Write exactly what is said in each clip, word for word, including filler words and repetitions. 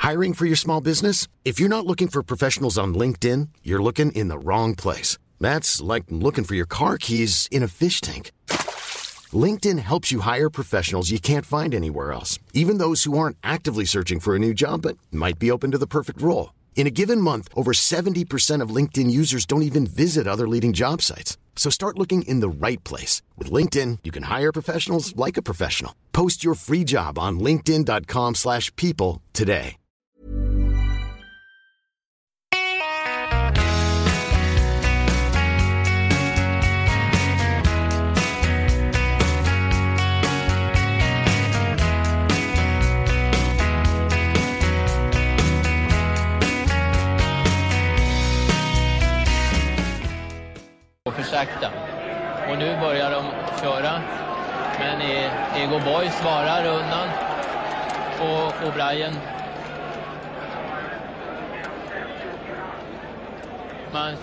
Hiring for your small business? If you're not looking for professionals on LinkedIn, you're looking in the wrong place. That's like looking for your car keys in a fish tank. LinkedIn helps you hire professionals you can't find anywhere else, even those who aren't actively searching for a new job but might be open to the perfect role. In a given month, over seventy percent of LinkedIn users don't even visit other leading job sites. So start looking in the right place. With LinkedIn, you can hire professionals like a professional. Post your free job on linkedin dot com slash people today. För sakta. Och nu börjar de köra. Men Ego Boy svarar undan. Och O'Brien. Man...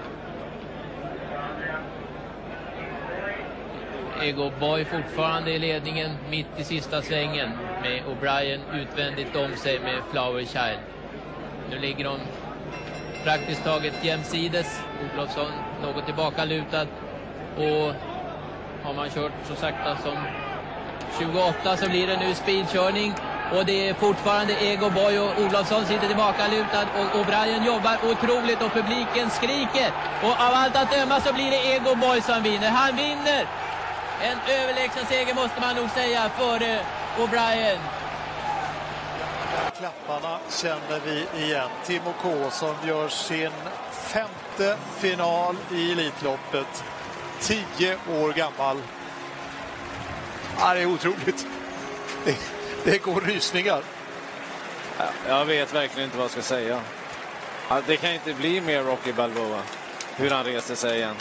Ego Boy fortfarande i ledningen mitt i sista svängen. Med O'Brien utvändigt om sig med Flower Child. Nu ligger de praktiskt taget jämsides. Olofsson något tillbaka lutad. Och har man kört så sakta som tjugoåtta så blir det nu speedkörning. Och det är fortfarande Ego Boy och Olofsson sitter tillbaka lutad. Och O'Brien jobbar otroligt och publiken skriker. Och av allt att döma så blir det Ego Boy som vinner. Han vinner! En överlägsen seger måste man nog säga före O'Brien. Klapparna känner vi igen. Timo K som gör sin femte final i Elitloppet. Tio år gammal. Ja, det är otroligt. Det, det går rysningar. Jag vet verkligen inte vad jag ska säga. Det kan inte bli mer Rocky Balboa. Hur han reser sig igen.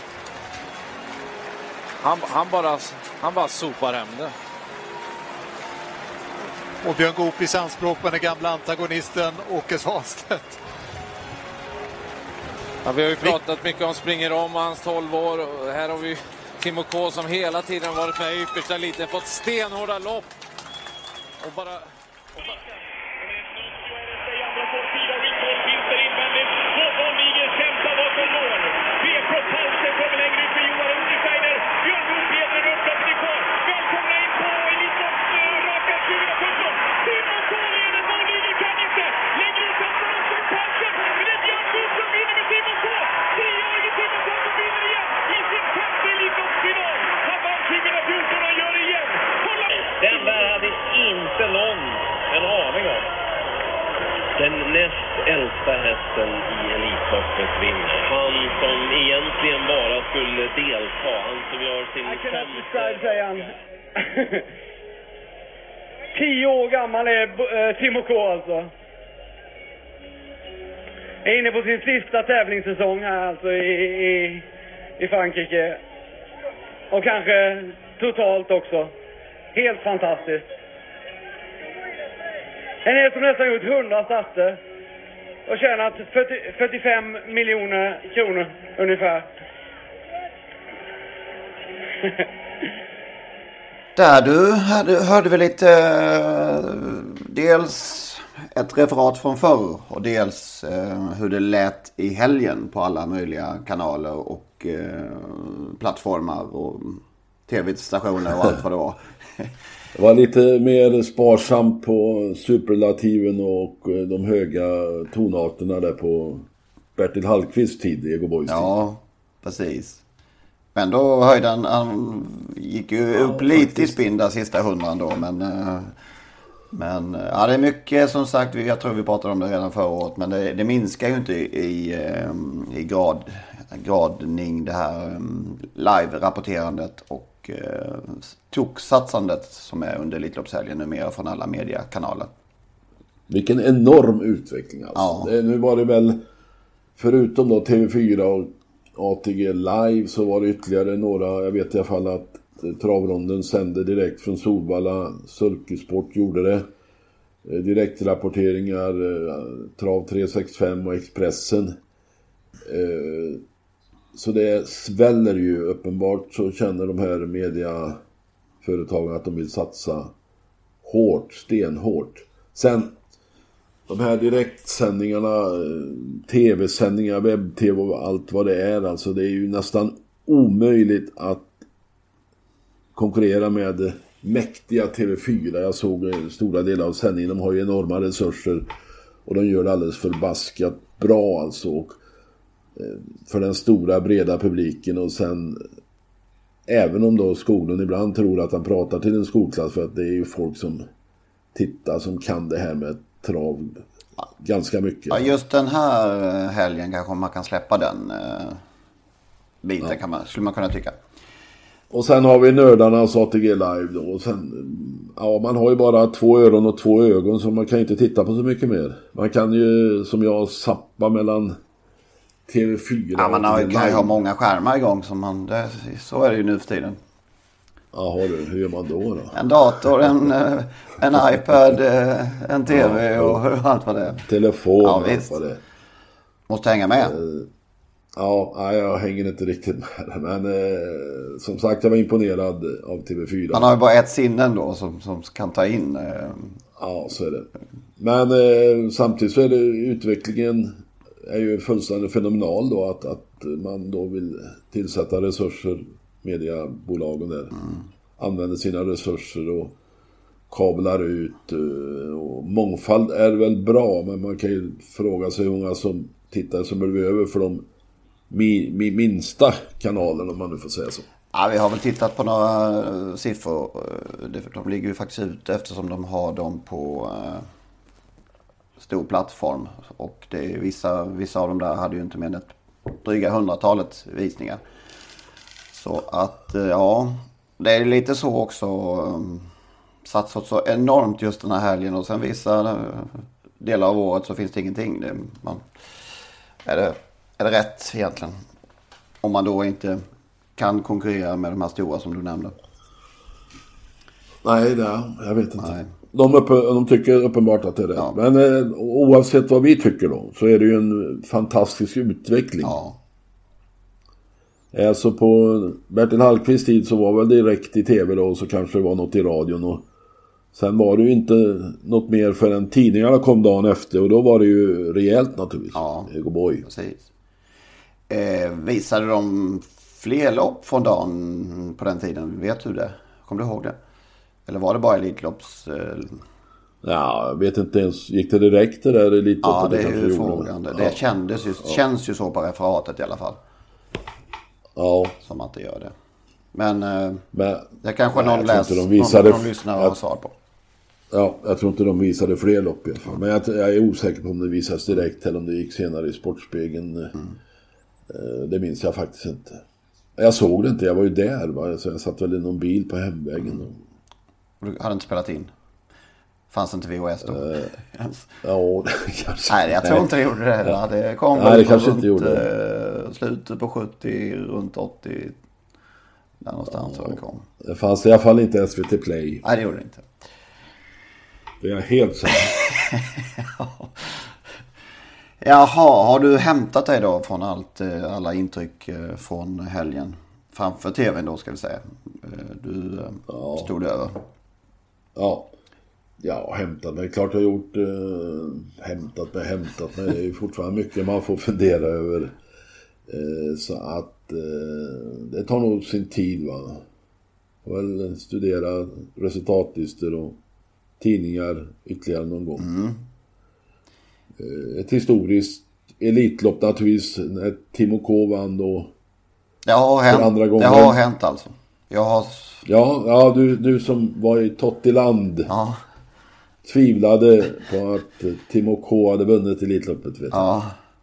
Han, han, bara, han bara sopar hem det. Och Björn Goopis anspråk på den gamla antagonisten Åke Svanstedt. Ja, vi har ju pratat mycket om springer om hans tolv år. Och här har vi Timo K som hela tiden varit med i yppersta eliten. Fått stenhårda lopp. Och bara... Och bara... Den där hade inte någon en aning om. Den näst äldsta hästen i Elitloppet vinner. Han som egentligen bara skulle delta. Han som gör sin femte... säger han. Tio år gammal är äh, Timo K alltså. Är inne på sin sista tävlingssäsong här alltså i, i, i Frankrike. Och kanske totalt också. Helt fantastiskt. En häst som nästan gjort hundra starter och tjänat fyrtio, fyrtiofem miljoner kronor ungefär. Där du hörde, hörde vi lite eh, dels ett referat från förr och dels eh, hur det lät i helgen på alla möjliga kanaler och eh, plattformar och tv-stationer och allt vad det var. Det var lite mer sparsamt på superlativen och de höga tonarterna där på Bertil Hallqvists tid, Ego Boys tid. Ja, precis. Men då höjde han, han gick ju upp ja, lite faktiskt. I spinn där sista hundran då, men, men ja, det är mycket som sagt, jag tror vi pratade om det redan förra året, men det, det minskar ju inte i, i grad, gradning det här live-rapporterandet och eh, toksatsandet som är under Elitloppshelgen numera från alla mediekanaler. Vilken enorm utveckling alltså. Ja. Det, nu var det väl, förutom då T V fyra och A T G Live så var det ytterligare några, jag vet i alla fall att Travronden sände direkt från Solvalla, Sulkesport gjorde det, direktrapporteringar, Trav tre sextiofem och Expressen. Så det sväller ju uppenbart, så känner de här mediaföretagen att de vill satsa hårt, stenhårt. Sen de här direktsändningarna, tv-sändningar, webb-tv och allt vad det är. Alltså det är ju nästan omöjligt att konkurrera med mäktiga T V fyra. Jag såg stora delar av sändningen. De har ju enorma resurser och de gör det alldeles förbaskat bra alltså. Och för den stora breda publiken, och sen även om då skolan ibland tror att han pratar till en skolklass, för att det är ju folk som tittar som kan det här med trav ganska mycket. Ja, just den här helgen kanske man kan släppa den eh, biten, ja. kan man, skulle man kunna tycka. Och sen har vi nördarnas A T G Live då. Och sen, ja, man har ju bara två öron och två ögon, så man kan inte titta på så mycket mer. Man kan ju, som jag, sappa mellan T V fyra. Ja, man har, kan ju ha många skärmar igång. Som man, det, så är det ju nu för tiden. Ja, du, hur gör man då då? En dator, en, en iPad, en tv ja, och allt vad det är. Telefon ja, och allt vad det är. Måste hänga med. Ja, jag hänger inte riktigt med. Men eh, som sagt, jag var imponerad av T V fyra. Man har ju bara ett sinne då som, som kan ta in. Eh. Ja, så är det. Men eh, samtidigt så är det utvecklingen är ju fullständigt fenomenal då. Att, att man då vill tillsätta resurser, mediebolagen där. Mm. Använder sina resurser och kablar ut. Och mångfald är väl bra, men man kan ju fråga sig hur många som tittar som blir över för de mi, mi, minsta kanalen, om man nu får säga så. Ja, vi har väl tittat på några siffror. De ligger ju faktiskt ute eftersom de har dem på uh, stor plattform. Och det är vissa, vissa av dem där hade ju inte mer än ett dryga hundratalet visningar. Så att, uh, ja, det är lite så också. Um, satsat så enormt just den här helgen, och sen vissa uh, delar av året så finns det ingenting. Det, man, är, det, är det rätt egentligen? Om man då inte kan konkurrera med de här stora som du nämnde. Nej, det, jag vet inte. Nej. De, uppe, de tycker uppenbart att det är rätt. Ja. Men eh, oavsett vad vi tycker då, så är det ju en fantastisk utveckling. Ja. Alltså på Bertil Hallqvists tid så var väl direkt i tv då, och så kanske det var något i radion, och sen var det ju inte något mer förrän tidningarna kom dagen efter, och då var det ju rejält naturligtvis. Ja, Egoboy. Precis. Eh, visade de fler lopp från dagen på den tiden? Vet du det? Kommer du ihåg det? Eller var det bara Elitlopps? Eh... Ja, jag vet inte ens. Gick det direkt det där Elitloppet? Ja, det är ju frågan. Det, det ja. kändes ju, ja. känns ju så på referatet i alla fall. Ja. Som att det gör det. Men, eh, Men det kanske nej, någon läs, de visade, någon, någon lyssnare har svar på. Ja, jag tror inte de visade fler lopp i alla fall. Men jag, jag är osäker på om det visades direkt eller om det gick senare i Sportspegeln. Mm. Det minns jag faktiskt inte. Jag såg det inte, jag var ju där. Va? Så jag satt väl i någon bil på hemvägen. Mm. Du hade inte spelat in? Fanns inte V H S då? Uh, ja, kanske. Nej, jag tror inte det gjorde det heller. Det kom Nej, det kanske runt, inte gjorde det. Uh, slutet på sjuttio, runt åttio. Där någonstans ja, det kom. Det fanns i alla fall inte S V T Play. Nej, det gjorde det inte. Det är jag helt säker. ja. Jaha, har du hämtat dig då från allt, alla intryck från helgen? Framför tvn då, ska vi säga. Du ja. stod över. Ja. Ja, hämtat mig. Klart jag har gjort eh, hämtat mig, hämtat mig. Det är ju fortfarande mycket man får fundera över. Eh, så att eh, det tar nog sin tid, va. Jag väl studera resultatlistor och tidningar ytterligare någon gång. Mm. Eh, ett historiskt elitlopp naturligtvis när Timo K vann då. Det har hänt, andra gången. Det har hänt alltså. Jag har... Ja, ja du, du som var i Tottiland. Ja. Tvivlade på att Timo K hade vunnit Elitloppet, vet ja.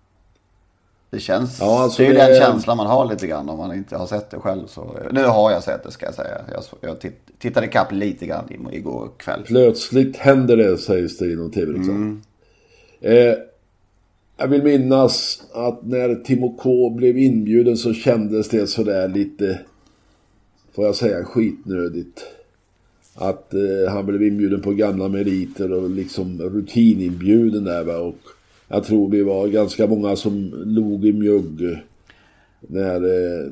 Det känns, ja, alltså det är ju det... den känslan man har lite grann om man inte har sett det själv. Så, nu har jag sett det, ska jag säga. Jag, jag titt, tittade ikapp lite grann igår kväll. Plötsligt händer det, sägs det inom tv. Liksom. Mm. Eh, jag vill minnas att när Timo K blev inbjuden så kändes det sådär lite, får jag säga, skitnödigt. Att eh, han blev inbjuden på gamla meriter och liksom rutininbjuden där, va? Och jag tror vi var ganska många som log i mjugg när eh,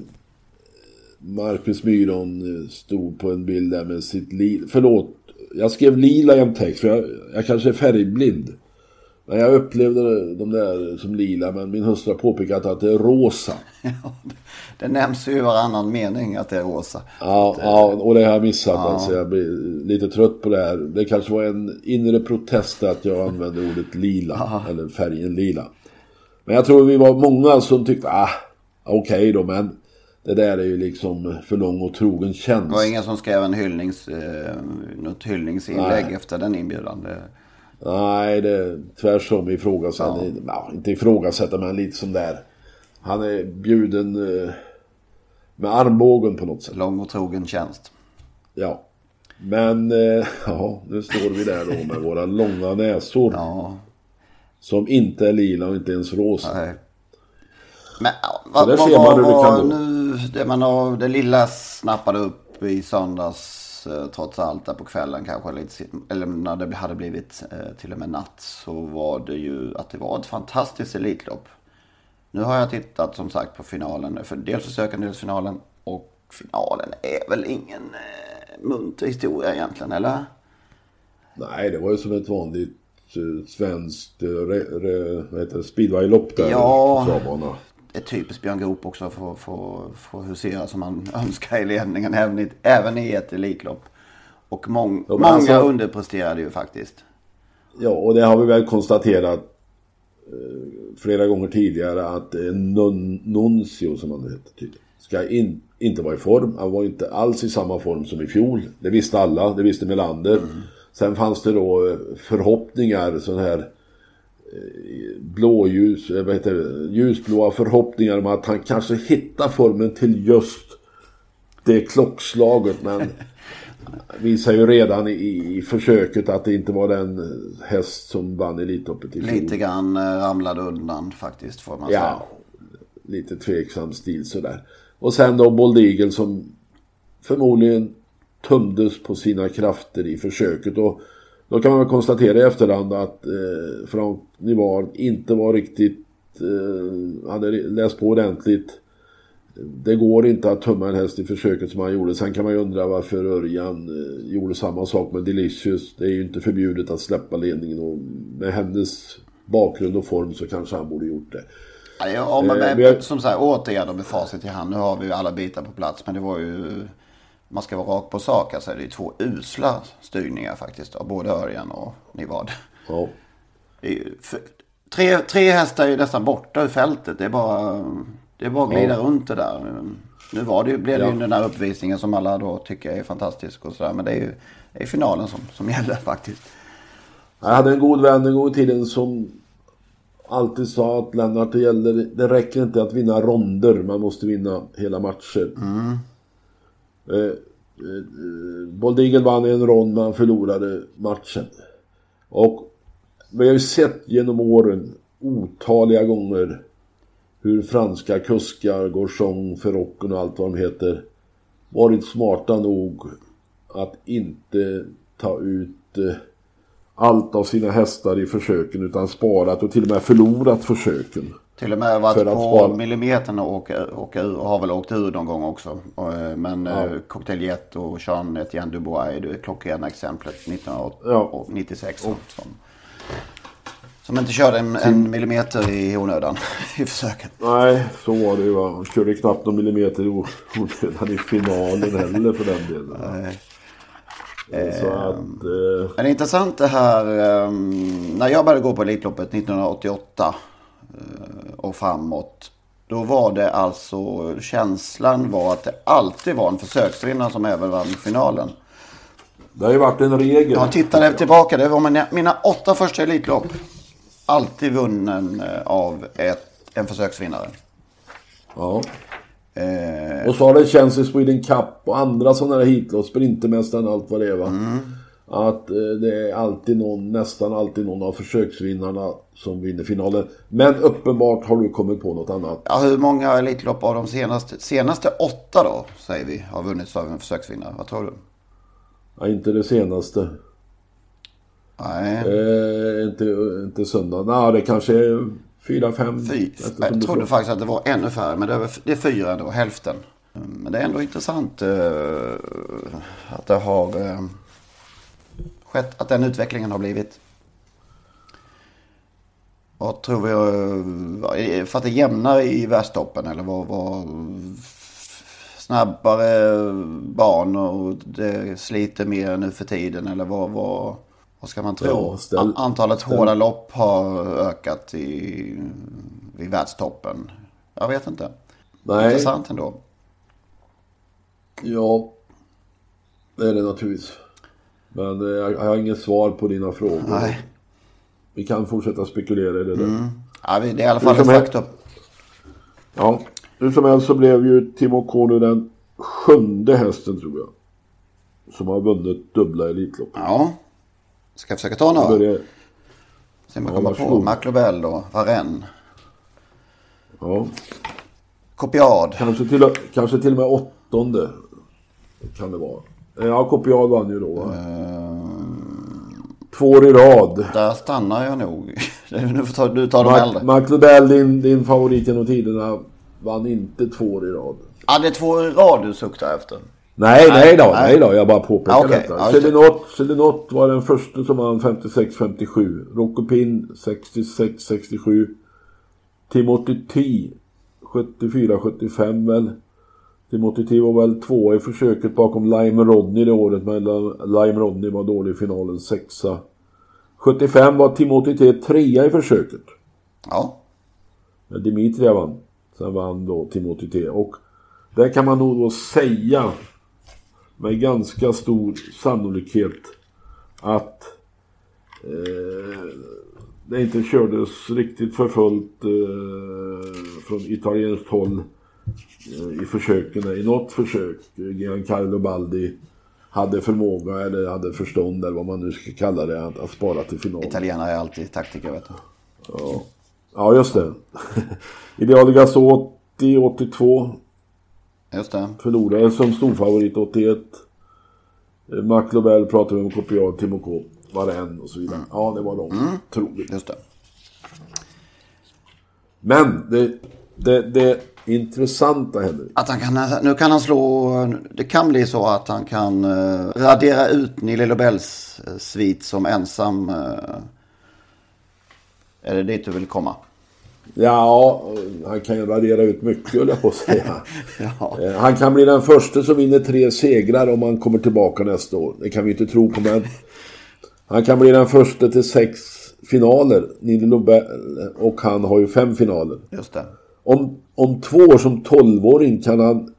Marcus Myron stod på en bild där med sitt lila. Förlåt, jag skrev lila i en text för jag, jag kanske är färgblind. Men jag upplevde de där som lila, men min hustru har påpekat att det är rosa. Ja, det nämns ju i varannan mening att det är rosa. Ja, ja och det har jag missat. Ja. Alltså, jag blir lite trött på det här. Det kanske var en inre protest att jag använde ordet lila. Aha. Eller färgen lila. Men jag tror vi var många som tyckte, ah, okej okay då, men det där är ju liksom för lång och trogen tjänst. Det var ingen som skrev en hyllnings, eh, något hyllningsinlägg Nej. efter den inbjudan. Det... Nej, det tvärsom ifrågasätter. Ja. Ja, inte ifrågasätter, men lite som där. Han är bjuden eh, med armbågen på något sätt. Lång och trogen tjänst. Ja. Men eh, ja, nu står vi där då med våra långa näsor. Ja. Som inte är lila och inte ens rosa. Nej. Men vad, vad, vad, vad, vad, vad vad nu det man har, det lilla snappade upp i söndags eh, trots allt där på kvällen kanske lite, eller när det hade blivit eh, till och med natt, så var det ju att det var ett fantastiskt elitlopp. Nu har jag tittat som sagt på finalen, för dels försöken, dels finalen, och finalen är väl ingen eh, munter historia egentligen, eller? Nej, det var ju som ett vanligt uh, svenskt uh, re, re, vad heter det, speedway-lopp där. Ja, på travbanan. Ett typiskt Björn Goop också för, för, för att husera som man önskar i ledningen, även i, även i ett elitlopp. Och mång, ja, många alltså, underpresterade ju faktiskt. Ja, och det har vi väl konstaterat eh, flera gånger tidigare att eh, non, Nuncio, som han heter tydligen, ska in, inte vara i form. Han var inte alls i samma form som i fjol. Det visste alla, det visste Melander. Mm. Sen fanns det då förhoppningar, sån här blåljus, vad heter det, ljusblåa förhoppningar om att han kanske hittar formen till just det klockslaget, men visar ju redan i, i försöket att det inte var den häst som vann Elitloppet i fjol. Lite grann ramlade undan faktiskt, får man säga. Ja, lite tveksam stil sådär. Och sen då Bold Eagle som förmodligen tömdes på sina krafter i försöket, och då kan man väl konstatera i efterhand att eh, Frank Nivard inte var riktigt, eh, hade läst på ordentligt. Det går inte att tömma en häst i försöket som han gjorde. Sen kan man ju undra varför Örjan eh, gjorde samma sak med Delicious. Det är ju inte förbjudet att släppa ledningen, och med hennes bakgrund och form så kanske han borde gjort det. Ja, men med, eh, har... som sagt, återigen med facit i hand. Nu har vi ju alla bitar på plats, men det var ju... Man ska vara rak på sak, alltså det är två usla styrningar faktiskt av både Örjan och Nivard. Ja. För, tre, tre hästar är ju nästan borta ur fältet. Det är bara, det är bara att glida ja. runt det där. Nu var det ju, blev det ja. ju den här uppvisningen som alla då tycker är fantastisk och sådär. Men det är ju det är finalen som, som gäller faktiskt. Jag hade en god vän en gång i tiden som alltid sa att Lennart, det gäller, det räcker inte att vinna ronder, man måste vinna hela matcher. Mm. Eh, eh, Bold Eagle vann en rond, men han förlorade matchen. Och vi har ju sett genom åren otaliga gånger hur franska kuskar, Gorson, Ferrocken och allt vad de heter, varit smarta nog att inte ta ut eh, allt av sina hästar i försöken, utan sparat och till och med förlorat försöken. Till och med varit på spara. millimetern och, åka, åka ur, och har väl åkt ur någon gång också. Men ja. Cocktail Jet och Jean Etienne Dubois är det klockrena exemplet nittonhundranittiosex. Ja. Som, som inte körde en, en millimeter i onödan i försöket. Nej, så var det ju. Han körde knappt någon millimeter i onödan i finalen heller för den delen. Nej. Så att, eh... Men det är intressant det här. Um, när jag började gå på Elitloppet nittonhundraåttioåtta och framåt, då var det alltså, känslan var att det alltid var en försöksvinnare som även vann finalen. Det har ju varit en regel. Jag tittade tillbaka, det var mina, mina åtta första Elitlopp. Alltid vunnen av ett, en försöksvinnare. Ja. Eh... Och så har det känts i Sweden Cup och andra sådana här hitlopp, Sprintermästaren, allt vad det är va. Mm. Att eh, det är alltid någon, nästan alltid någon av försöksvinnarna som vinner finalen. Men uppenbart har du kommit på något annat. Ja, hur många elitlopp av de senaste, senaste åtta då, säger vi, har vunnits av en försöksvinnare? Vad tror du? Ja, inte det senaste. Nej. Eh, inte, inte söndag. Nej, det kanske är fyra, fem. Fy, jag trodde faktiskt att det var ännu färre, men det är, det är fyra då, hälften. Men det är ändå intressant uh, att det har uh, skett, att den utvecklingen har blivit. Vad tror vi, för att det är jämnare i världstoppen eller vad, vad snabbare barn och det sliter mer nu för tiden eller vad, vad, vad ska man tro? Ja, ställ, Antalet ställ. hårda lopp har ökat i, i världstoppen. Jag vet inte. Nej. Intressant ändå. Ja, det är det naturligtvis. Men jag har inget svar på dina frågor. Nej. Vi kan fortsätta spekulera i det där. Mm. Ja, det är i alla fall ett faktum. Ja, hur som helst så blev ju Timo K nu den sjunde hästen tror jag. Som har vunnit dubbla Elitlopp. Ja, ska jag försöka ta några? Börjar... Sen man kommer på Maclobel och Varenne. Ja. Kopiad. Kanske till, kanske till och med åttonde kan det vara. Ja, Kopiad vann ju då. Uh... Två år i rad. Där stannar jag nog. Nu får ta, du tar de äldre. Maclobel, din, din favorit genom tiderna, vann inte två år i rad. Ja, det är två år i rad du suktar efter. Nej, nej då, nej då. Jag bara påpekar ah, okay. detta. Celinot, Celinot var den första som vann femtiosex femtiosju. Rokopin sextiosex sextiosju. Timothy T sjuttiofyra sjuttiofem väl. Timothy T var väl två i försöket bakom Lime Rodney det året, men Lime Rodney var dålig i finalen, sexa. sjuttiofem var Timothy T trea i försöket. Ja. Dimitria vann. Sen vann då Timothy T. Och där kan man nog då säga med ganska stor sannolikhet att eh, det inte kördes riktigt för fullt eh, från italienskt håll i försöken, i något försök. Giancarlo Baldi hade förmåga eller hade förstånd eller vad man nu ska kalla det att, att spara till final. Italienare är alltid taktiker, vet du. Ja, ja just det. Idealigas åttio åttiotvå. Just det. Förlorade som storfavorit åttioett. Maclobel pratade vi om Kopiad, Timo K, Varenne och så vidare. Mm. Ja, det var de. Mm. Troligt. Just det. Men det, det, det intressanta händer. Att han kan, nu kan han slå, det kan bli så att han kan uh, radera ut Nili Lobels uh, svit som ensam. Uh, är det dit du vill komma? Ja, han kan ju radera ut mycket, eller på att säga. Ja. uh, han kan bli den första som vinner tre segrar om han kommer tillbaka nästa år. Det kan vi inte tro på, men han kan bli den första till sex finaler. Nili Lobel, och han har ju fem finaler. Just det. Om, om två år som tolvåring kan han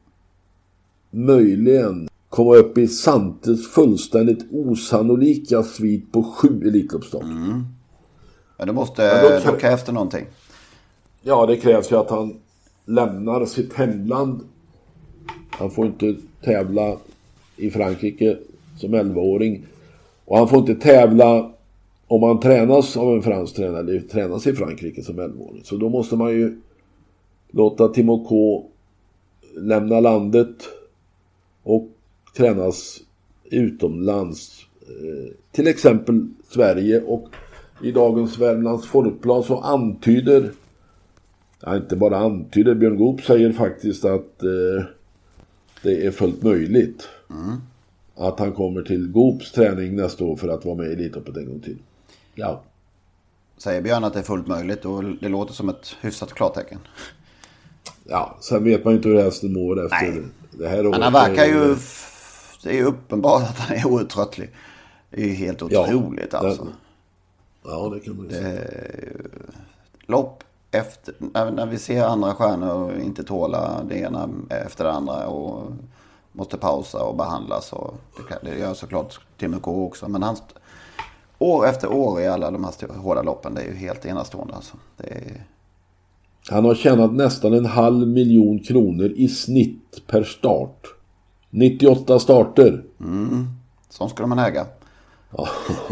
möjligen komma upp i Santes fullständigt osannolika svit på sju Elitloppsstart. Mm. Men det måste, ja, då, då krävs det någonting. Ja, det krävs ju att han lämnar sitt hemland. Han får inte tävla i Frankrike som elvaåring. Och han får inte tävla om han tränas av en fransk tränare eller tränas i Frankrike som elvaåring. Så då måste man ju låta Timo K lämna landet och tränas utomlands. Till exempel Sverige, och i dagens Värmlands Folkblad så antyder, ja, inte bara antyder, Björn Goop säger faktiskt att eh, det är fullt möjligt mm. att han kommer till Goops träning nästa år för att vara med i Elitloppet en gång till. Ja. Säger Björn att det är fullt möjligt, och det låter som ett hyfsat klartecken. Ja, sen vet man ju inte hur hästen mår efter Nej. det här året. Men han verkar ju, det är ju uppenbart att han är outtröttlig. Det är ju helt otroligt ja, alltså. Det, ja, det kan man ju säga. Lopp efter, när, när vi ser andra stjärnor inte tåla det ena efter det andra och måste pausa och behandlas, och det, det gör såklart Timo K också. Men han år efter år i alla de här hårda loppen, det är ju helt enastående alltså. Det är... Han har tjänat nästan en halv miljon kronor i snitt per start. nittioåtta starter. Mm, sånt skulle man äga. Ja.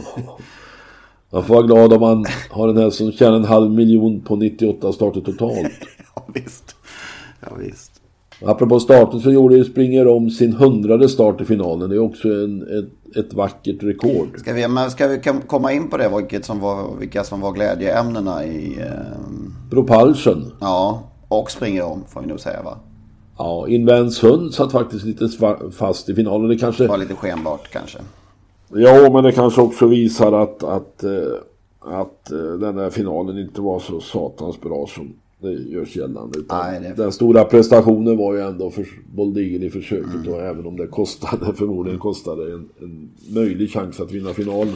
Man får vara glad om man har en här som tjänar en halv miljon på nittioåtta starter totalt. Ja visst. Ja visst. Apropå starten så gjorde ju Springer om sin hundrade start i finalen. Det är också en, ett, ett vackert rekord. Ska vi, men ska vi komma in på det, vilket som var, vilka som var glädjeämnena i... Eh... Propulsion. Ja, och Springer om får vi nog säga, va? Ja, Invens hund satt faktiskt lite fast i finalen. Det kanske... var lite skenbart kanske. Ja, men det kanske också visar att, att eh, att den här finalen inte var så satans bra som det görs gällande. Nej, det... Den stora prestationen var ju ändå för Bold Eagle i försöket mm. och även om det kostade, förmodligen kostade en, en möjlig chans att vinna finalen.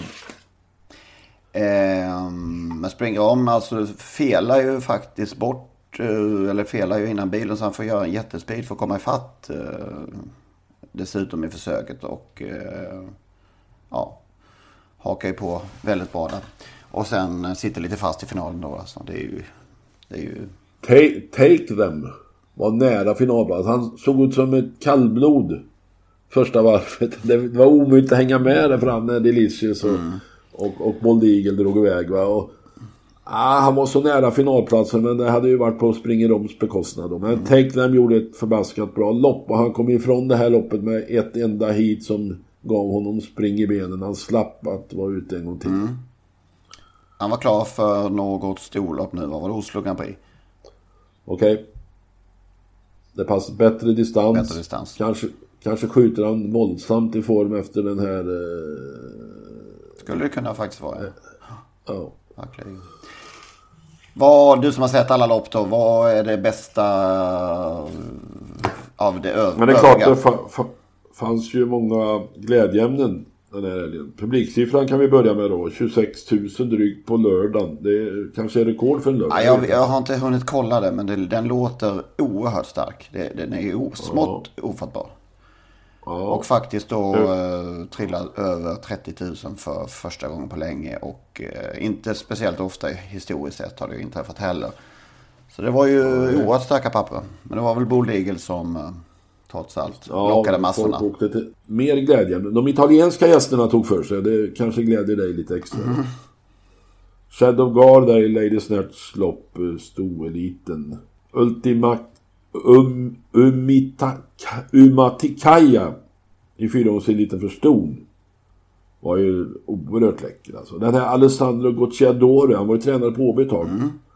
Eh, men springer om, alltså felar ju faktiskt bort, eller felar ju innan bilen så han får göra en jättespeed för att komma ifatt eh, dessutom i försöket och eh, ja, hakar ju på väldigt bra där. Och sen sitter lite fast i finalen då. Alltså. Det är ju... Det är ju... Take, take them var nära finalplats. Han såg ut som ett kallblod första varvet. Det var omöjligt att hänga med där fram när Delicious och, mm. och, och Bold Eagle drog iväg. Va? Och, ah, han var så nära finalplatsen men det hade ju varit på Springeroms bekostnad. Men mm. Take them gjorde ett förbaskat bra lopp och han kom ifrån det här loppet med ett enda hit som gav honom spring i benen. Han slapp att vara ute en gång till. Mm. Han var klar för något storlopp nu. Vad var det? Oslo Grand Prix? Okej. Okay. Det passar bättre distans. Bättre distans. Kanske, kanske skjuter han våldsamt i form efter den här... Eh... Skulle det kunna faktiskt vara. Ja. ja. Verkligen. Vad, du som har sett alla lopp då, vad är det bästa av det övriga? Men det är klart, det fa- fa- fanns ju många glädjeämnen. Den här publiksiffran kan vi börja med då. tjugosex tusen drygt på lördagen. Det är, kanske är rekord för en lördag. Ja, jag, jag har inte hunnit kolla det, men det, den låter oerhört stark. Det, den är ju smått ja. ofattbar. Ja. Och faktiskt då eh, trillar över trettio tusen för första gången på länge. Och eh, inte speciellt ofta historiskt sett har det inträffat heller. Så det var ju ja. oerhört starka papper. Men det var väl Bold Eagle som... Eh, trots allt. Ja, lockade massorna. Till mer glädjande. De italienska gästerna tog för sig. Det kanske glädjer dig lite extra. Mm. Shadow Guard där i Lady Snatch lopp stod eliten. Ultima um, umita, Umatikaya i fyraårseliten för ston var ju oerhört läcker. Alltså. Den här Alessandro Gocciadoro, han var ju tränare på O B ett tag.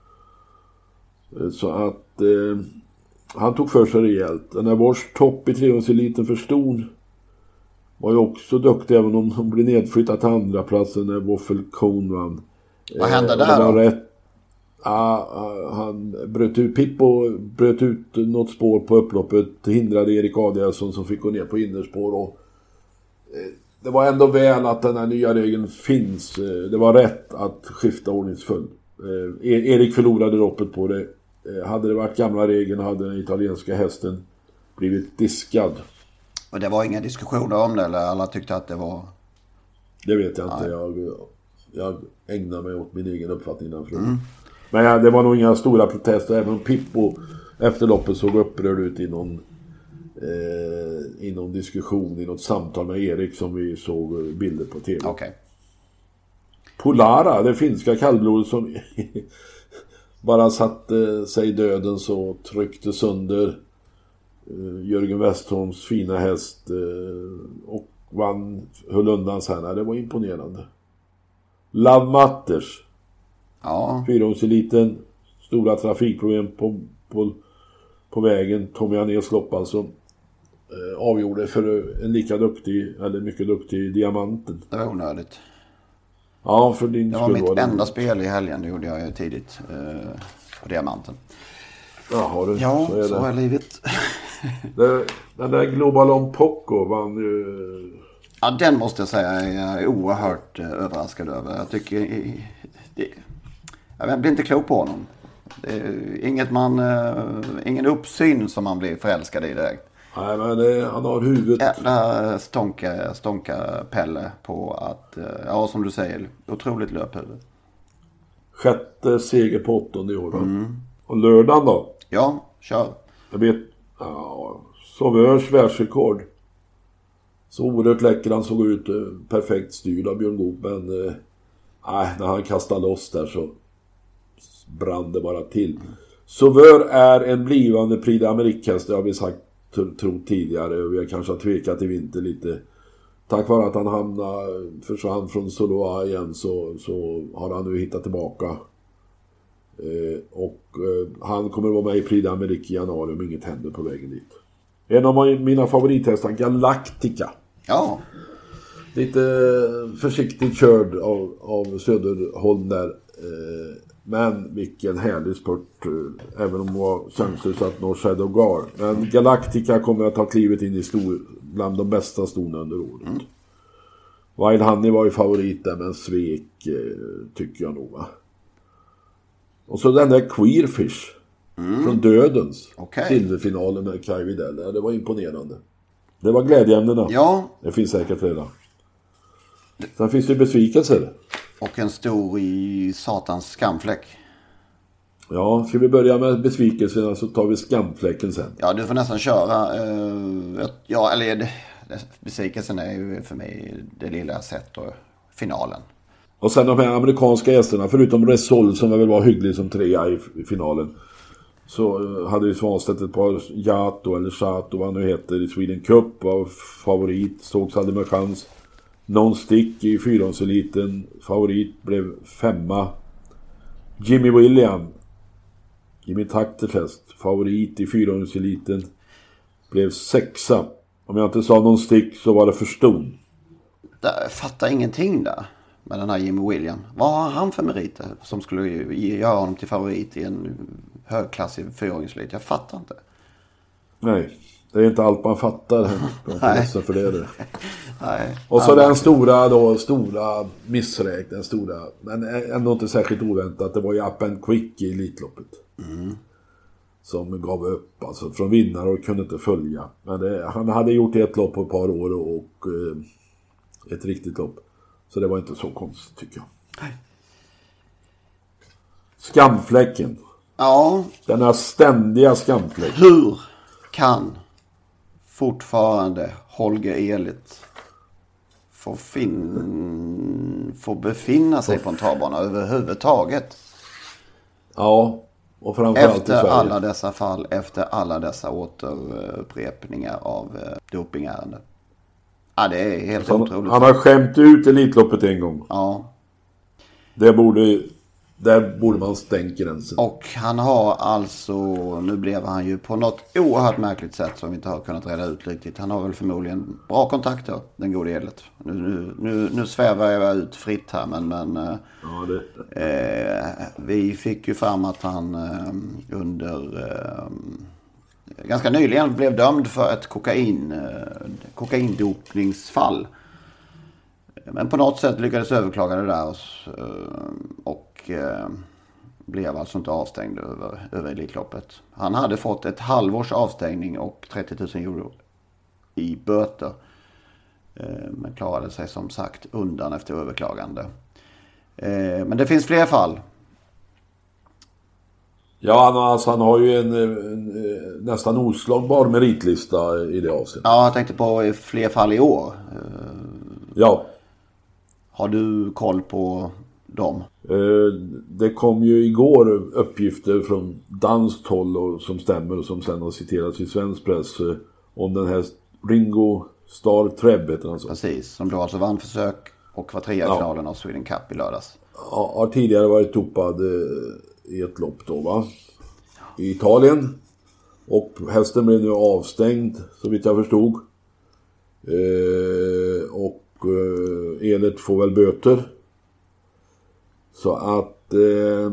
Mm. Så att... Eh, han tog för sig rejält. Den här vars topp i treårseliten för ston var ju också duktig även om hon blev nedflyttad till andra platsen när Waffle Cone vann. Vad hände eh, där då? Rätt, ah, han bröt ut, Pippo bröt ut något spår på upploppet, hindrade Erik Adielsson som fick gå ner på innerspår och eh, det var ändå väl att den här nya regeln finns. Eh, det var rätt att skifta ordningsföljd. Eh, Erik förlorade loppet på det. Hade det varit gamla regeln hade den italienska hästen blivit diskad. Och det var inga diskussioner om det eller alla tyckte att det var... Det vet jag inte. Jag, jag ägnar mig åt min egen uppfattning den frågan. Mm. Men ja, det var nog inga stora protester. Även om Pippo efter loppet såg upprörd ut i någon, eh, i någon diskussion, i något samtal med Erik som vi såg bilder på tv. Okej. Okay. Polara, det finska kallblodet som... bara satte sig döden så tryckte sönder uh, Jörgen Westholms fina häst uh, och vann, höll undan sen. Det var imponerande. Love Matters. Ja. Fyraårseliten. Stora trafikproblem på, på, på vägen. Tommy Anés lopp alltså. Uh, avgjorde för en lika duktig, eller mycket duktig Diamanten. Det var onödigt. Ja, för din det var mitt enda det. spel i helgen, det gjorde jag ju tidigt eh, på Diamanten. Jaha, du, ja, så är, så det. är livet. det, den där Global Poco vann ju... Ja, den måste jag säga jag är oerhört eh, överraskad över. Jag tycker... Det, jag blir inte klok på honom. Det är inget man, eh, ingen uppsyn som man blir förälskad i direkt. Nej, men det, han har huvudet... Jävla stånka, stånka Pelle på att, ja som du säger, otroligt löphuvud. Sjätte seger på åttonde år då. Mm. Och lördagen då? Ja, kör. Jag vet, ja, Sauveurs världsrekord. Så oerhört läcker han såg ut, perfekt styrd av Björn Goop, men eh, när han kastade loss där så brann det bara till. Mm. Sauveur är en blivande Prix d'Amérique, det har vi sagt tror tidigare och vi har kanske tvekat i vinter lite. Tack vare att han hamnade, försvann från Soloa igen så, så har han nu hittat tillbaka. Eh, och eh, han kommer att vara med i Prix d'Amérique i januari om inget händer på vägen dit. En av mina favorithästar, Galactica. Ja. lite försiktigt körd av, av Söderholm där. Eh, men vilken härlig spurt. Eh, även om det var chanser att nå Shadow Gar. Men Galactica kommer att ta klivet in i stor, bland de bästa stona under året. Mm. Wild Honey var ju favorit där, men svek eh, tycker jag nog, va? Och så den där Queerfish mm. från Dödens okay. silverfinalen med Kai Widell. Det var imponerande. Det var glädjeämnena. Ja. Det finns säkert redan. Sen finns det besvikelser. Och en stor i satans skamfläck. Ja, ska vi börja med besvikelserna så tar vi skamfläcken sen. Ja, du får nästan köra. Uh, ja, eller det, besvikelsen är ju för mig det lilla jag sett och finalen. Och sen de här amerikanska gästerna, förutom Resol som väl var hygglig som trea i, i finalen. Så uh, hade vi Svanstedt ett par Jato eller Chato, vad han nu heter, i Sweden Cup. Var favorit, sågs aldrig med chans. Non-stick i fyraårseliten, favorit, blev femma. Jimmy William i min taktertest, favorit i fyraårseliten, blev sexa. Om jag inte sa non-stick så var det för ston. Jag fattar ingenting där med den här Jimmy William. Vad har han för meriter som skulle göra honom till favorit i en högklassig fyraårselit? Jag fattar inte. Nej. Det är inte allt man fattar. Nej. För det är det. Nej. Och så den stora då, stora missräk, den stora, men ändå inte särskilt oväntat. Det var ju Up and Quick i Elitloppet. Mm. Som gav upp, alltså från vinnare och kunde inte följa. Men det, han hade gjort ett lopp på ett par år och, och eh, ett riktigt lopp. Så det var inte så konstigt tycker jag. Nej. Skamfläcken. Ja. Den här ständiga skamfläcken. Hur kan fortfarande Holger Elit få, fin... få befinna sig på en travbana överhuvudtaget? Ja, och framförallt efter alla dessa fall, efter alla dessa återupprepningar av dopingärenden. Ja, det är helt han, otroligt. Han har skämt ut Elitloppet en gång. Ja. Det borde... Där borde man stänka gränsen. Och han har alltså, nu blev han ju på något oerhört märkligt sätt som vi inte har kunnat reda ut riktigt. Han har väl förmodligen bra kontakter, den gode Elit. Nu, nu, nu, nu svävar jag ut fritt här, men, men ja, det... eh, vi fick ju fram att han eh, under eh, ganska nyligen blev dömd för ett kokain, eh, kokaindopningsfall. Men på något sätt lyckades överklaga det där och, och eh, blev alltså inte avstängd över, över Elitloppet. Han hade fått ett halvårs avstängning och trettio tusen euro i böter. Eh, men klarade sig som sagt undan efter överklagande. Eh, men det finns fler fall. Ja, han, alltså, han har ju en, en, en nästan oslagbar meritlista i det avseendet. Ja, jag tänkte på fler fall i år. Eh, ja. Har du koll på dem? Det kom ju igår uppgifter från danskt håll och som stämmer och som sen har citerats i svensk press om den här Ringo Starr Treb heter han så. Precis, som då alltså vann försök och var trea i finalen av Sweden Cup i lördags. Ja, har tidigare varit dopad i ett lopp då, va? I Italien. Och hästen blev nu avstängd så vitt jag förstod. Eh, och eh, Elit får väl böter. Så att eh,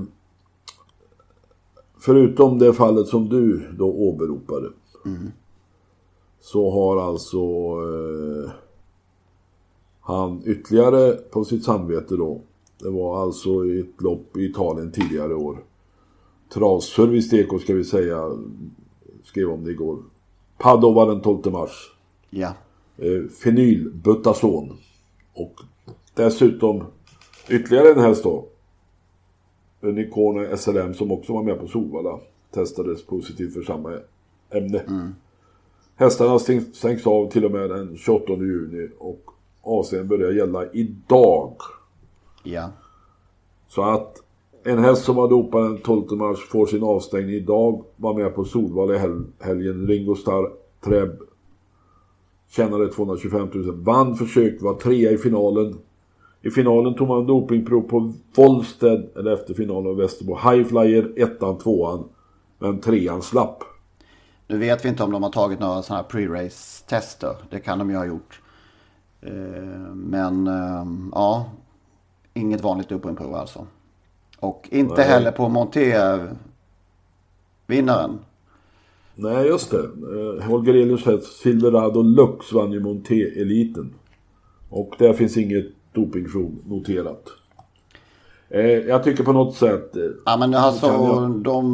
förutom det fallet som du då åberopade mm. så har alltså eh, han ytterligare på sitt samvete då. Det var alltså ett lopp i Italien tidigare år. Travservice Deko ska vi säga skrev om det igår. Padova den tolfte mars. Ja. Eh, Fenylbutason. Och dessutom ytterligare en häst då. Unicona S L M som också var med på Solvalla. Testades positivt för samma ämne. Mm. Hästarna stängs, stängs av till och med den tjugoåttonde juni. Och A C N börjar gälla idag. Ja. Så att en häst som var dopad den tolfte mars får sin avstängning idag. Var med på Solvalla i hel- helgen. Ringo Starr Treb. Tjänade tvåhundratjugofem tusen. Vann försök, var trea i finalen. I finalen tog man dopingprov på Volsted, eller efter finalen av Västerbo. Highflyer, ettan, tvåan. Men trean slapp. Nu vet vi inte om de har tagit några sådana här pre-race-tester. Det kan de ju ha gjort. Men ja, inget vanligt dopingprov alltså. Och inte Nej. heller på Monté-vinnaren. Nej, just det. Holger Ehlers Silverado Lux vann ju Monté-eliten. Och där finns inget dopingprov noterat. Jag tycker på något sätt... Ja, men alltså jag... de...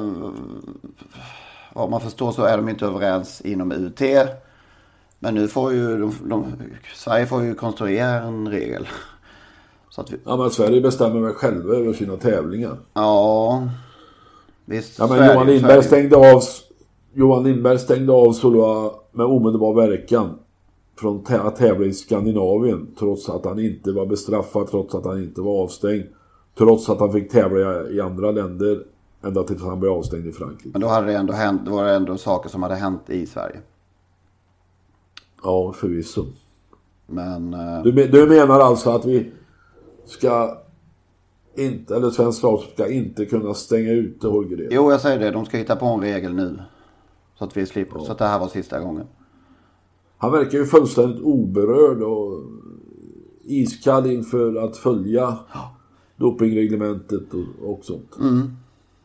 Vad man förstår så är de inte överens inom U T. Men nu får ju de, de, Sverige får ju konstruera en regel. Så att vi... Ja, men Sverige bestämmer väl själva över sina tävlingar. Ja. Visst. Ja, men Johan Lindberg stängde av Johan Lindberg stängde av Soloa med omedelbar verkan från tä- att tävla i Skandinavien, trots att han inte var bestraffad, trots att han inte var avstängd, trots att han fick tävla i andra länder ända tills han blev avstängd i Frankrike. Men då hade det ändå hänt, det var ändå saker som hade hänt i Sverige. Ja, förvisso. Men uh... du, du menar alltså att vi ska inte, eller svensk lag ska inte kunna stänga ut Holger Ehlers? Jo, jag säger det. De ska hitta på en regel nu. Så att vi slipper, ja. Så att det här var sista gången. Han verkar ju fullständigt oberörd och iskall inför att följa ja. dopingreglementet och, och sånt. Mm.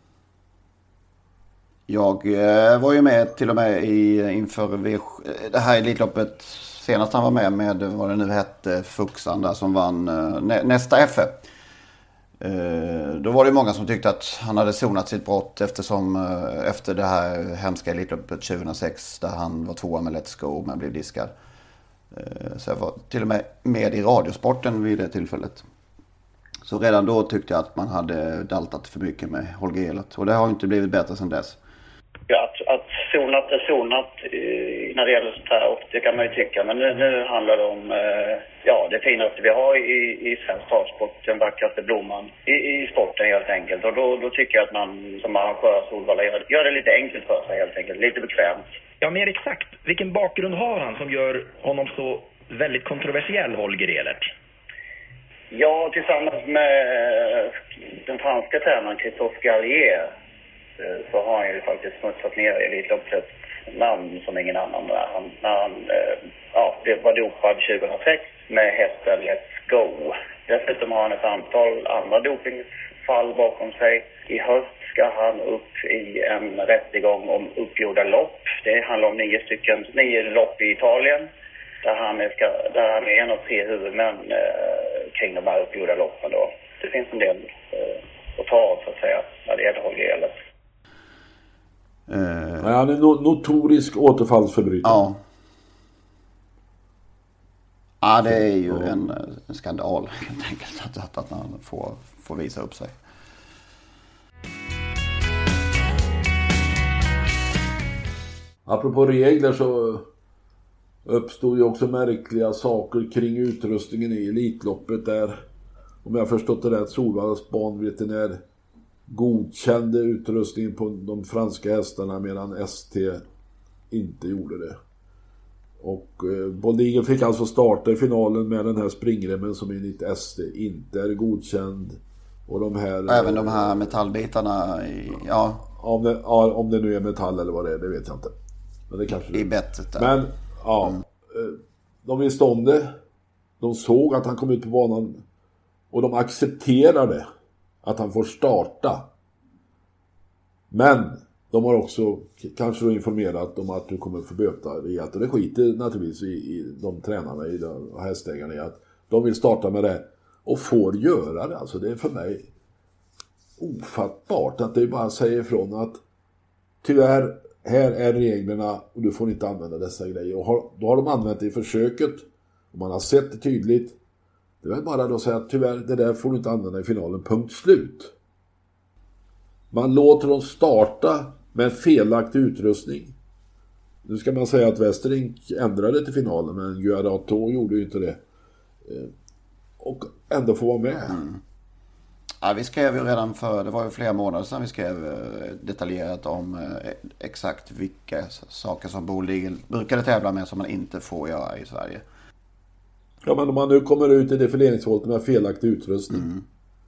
Jag eh, var ju med till och med i, inför v, det här elitloppet. Senast han var med med vad det nu hette, Fuxan där som vann eh, nä, nästa F F. Eh, då var det många som tyckte att han hade sonat sitt brott eftersom eh, efter det här hemska elitloppet tjugohundrasex där han var tvåa med Let's Go men blev diskad. Eh, så jag var till och med med i radiosporten vid det tillfället. Så redan då tyckte jag att man hade daltat för mycket med Holger Ehlers. Och det har inte blivit bättre sedan dess. Ja, att, att sonat är sonat eh, när det gäller sånt här, och det kan man ju tycka. Men nu, nu handlar det om eh, ja, det finaste vi har i, i svensk travsport, den vackraste blomman i, i sporten helt enkelt. Och då, då tycker jag att man som arrangör Solvalla gör, gör det lite enkelt för sig helt enkelt, lite bekvämt. Ja, mer exakt. Vilken bakgrund har han som gör honom så väldigt kontroversiell, Holger Ehlers? Ja, tillsammans med den franska tränaren Christophe Gallier så har han ju faktiskt smutsat ner Elitloppets namn som ingen annan. När han, när han ja, var dopad tjugohundrasex med hästen Let's Go. Dessutom har han ett antal andra dopingfall bakom sig. I höst ska han upp i en rättegång om uppgjorda lopp. Det handlar om nio stycken, nio lopp i Italien. Där han är, ska, där han är en av tre huvudmän eh, kring de här uppgjorda loppen då. Det finns en del eh, att ta av så att säga när det gäller Holger Ehlers. Uh, ja, han är no- notorisk återfallsförbrytare. Ja. Ja, det är ju ja. en, en skandal helt enkelt att, att, att man får, får visa upp sig. Apropå regler så uppstod ju också märkliga saker kring utrustningen i Elitloppet där, om jag har förstått det rätt, Solvallas banveterinär godkände utrustningen på de franska hästarna medan S T inte gjorde det. Och eh, Bold Eagle fick alltså starta i finalen med den här springremmen som enligt S T inte är godkänd. Och de här... Även de här metallbitarna i, ja. Om det, ja, om det nu är metall eller vad det är, det vet jag inte. Men det kanske i bettet där. Men ja, mm. de är stående. De såg att han kom ut på banan och de accepterade att han får starta. Men de har också kanske då informerat om att du kommer få böta rejält. Och det skiter naturligtvis i, i de tränarna i de, och hästägarna i att de vill starta med det och får göra det. Alltså det är för mig ofattbart att det bara säger ifrån att tyvärr, här är reglerna och du får inte använda dessa grejer. Och har, då har de använt det i försöket och man har sett det tydligt. Det är väl bara då att säga att tyvärr, det där får du inte använda i finalen, punkt slut. Man låter dem starta med felaktig utrustning. Nu ska man säga att Westerink ändrade till finalen, men Guarato gjorde ju inte det. Och ändå få vara med. Mm. Ja, vi skrev ju redan för, det var ju flera månader sedan vi skrev detaljerat om exakt vilka saker som Bold Eagle brukade tävla med som man inte får göra i Sverige. Ja, men om man nu kommer ut i defileringsvolten med felaktig utrustning. Mm.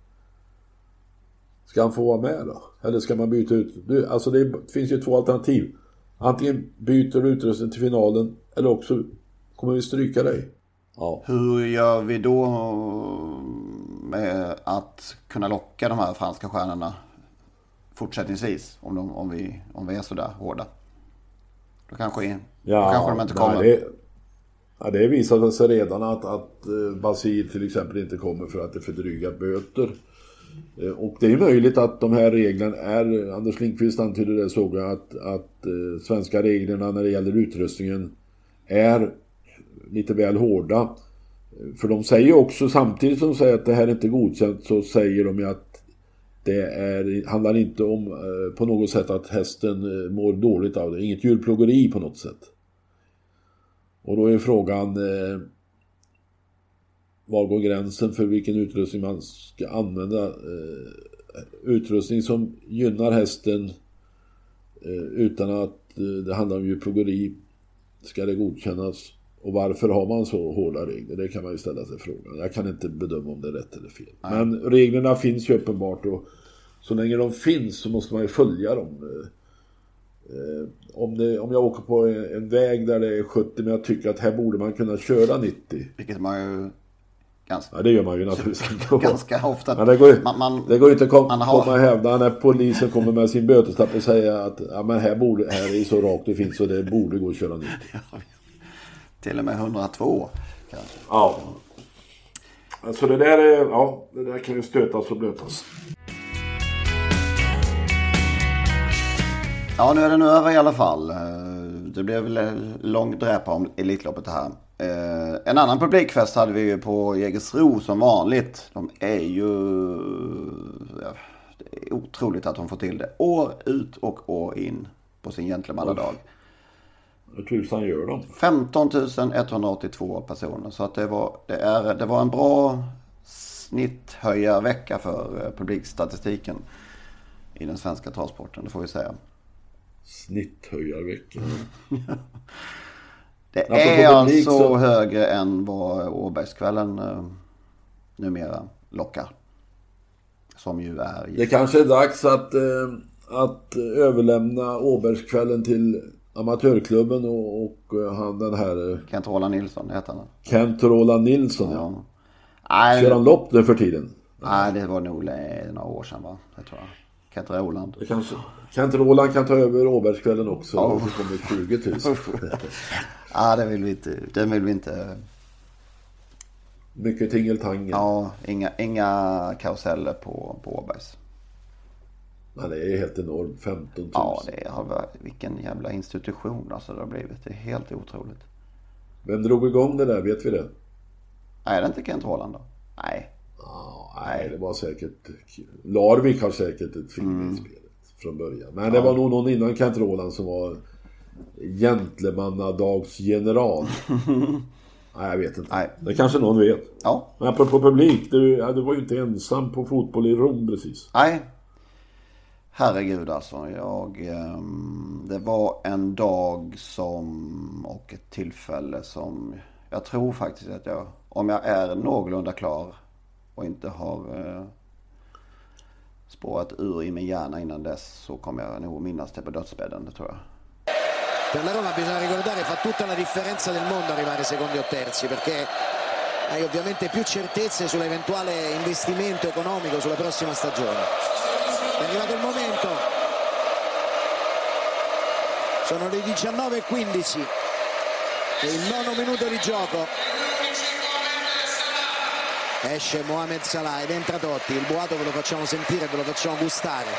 Ska han få vara med då? Eller ska man byta ut? Du, alltså det, är, det finns ju två alternativ. Antingen byter du utrustning till finalen eller också kommer vi stryka dig. Ja. Hur gör vi då med att kunna locka de här franska stjärnorna fortsättningsvis? Om, de, om, vi, om vi är så där hårda. Då kanske, ja, då kanske de inte kommer. Nej, det, ja, det visar sig redan att, att Basir till exempel inte kommer för att det fördrygar böter. Och det är möjligt att de här reglerna är, Anders Lindqvist antydde det, såg jag, att, att eh, svenska reglerna när det gäller utrustningen är lite väl hårda. För de säger också, samtidigt som de säger att det här är inte godkänt, så säger de ju att det är, handlar inte om eh, på något sätt att hästen eh, mår dåligt av det. Inget djurplågeri på något sätt. Och då är frågan... Eh, var går gränsen för vilken utrustning man ska använda? Eh, utrustning som gynnar hästen eh, utan att eh, det handlar om djurplågeri, ska det godkännas? Och varför har man så hårda regler? Det kan man ju ställa sig frågan. Jag kan inte bedöma om det är rätt eller fel. Nej. Men reglerna finns ju uppenbart, och så länge de finns så måste man ju följa dem. Eh, om, det, om jag åker på en, en väg där det är sjuttio, men jag tycker att här borde man kunna köra nittio. Vilket man ju... Ganska, ja, det gör man ju naturligtvis. Ganska ofta. Men det går ju man, man, det går inte att kom, man har... komma och hävda när polisen kommer med sin bötestapp och säger att ja, men här, borde, här är så rakt det finns, så det borde gå att köra nittio. Ja, till och med hundratvå kanske. Ja. Alltså det där, är, ja, det där kan ju stötas och blötas. Ja, nu är det nu över i alla fall. Det blev väl lång dräpa om Elitloppet här. Eh, en annan publikfest hade vi ju på Jägersro som vanligt. De är ju... Ja, det är otroligt att de får till det. År ut och år in på sin gentlemannadag. Hur tusan gör de? femton tusen etthundraåttiotvå personer. Så att det var, det är, det var en bra snitthöjarvecka för publikstatistiken i den svenska travsporten, det får vi säga. Snitthöjarvecka. Det är alltså så... högre än vad Åbergskvällen eh, numera lockar. Som ju är... Det kanske är dags att, eh, att överlämna Åbergskvällen till amatörklubben och, och han den här... Eh, Kent Roland Nilsson heter han. Kent Roland Nilsson, ja. ja. Kör han lopp nu för tiden? Nej, det var nog några år sedan, va? Jag tror jag. Kent Roland. Det kanske... Kent Roland kan ta över Åbergskvällen också. Oh. Och så kommer tjugo tusen. Ja, det vill vi inte. Det vill vi inte. Mycket tingeltangel. Ja, inga, inga karuseller på, på Åbergs. Ja, det är helt enormt. femton tusen. Ja, det har, vilken jävla institution alltså det har blivit. Det är helt otroligt. Vem drog igång det där? Vet vi det? Nej, är det inte Kent Roland då? Nej. Oh, nej, det var säkert... Larvik har säkert ett finger mm. i spelet från början. Men ja. Det var nog någon innan Kent Roland som var gentlemannadagsgeneral. Nej, jag vet inte. Nej. Det kanske någon vet. Ja. Men apropå publik, du, ja, du var ju inte ensam på fotboll i Rom precis. Nej. Herregud alltså. Jag, um, det var en dag som och ett tillfälle som jag tror faktiskt att jag, om jag är någorlunda klar och inte har uh, spårat ur i min hjärna innan dess, så kommer jag nog minnas det på dödsbädden, det tror jag. Per la Roma bisogna ricordare fa tutta la differenza del mondo arrivare secondi o terzi, perché hai ovviamente più certezze sull'eventuale investimento economico sulla prossima stagione. È arrivato il momento, sono le diciannove e quindici e il nono minuto di gioco. Esce Mohamed Salah ed entra Totti. Il boato ve lo facciamo sentire, ve lo facciamo gustare.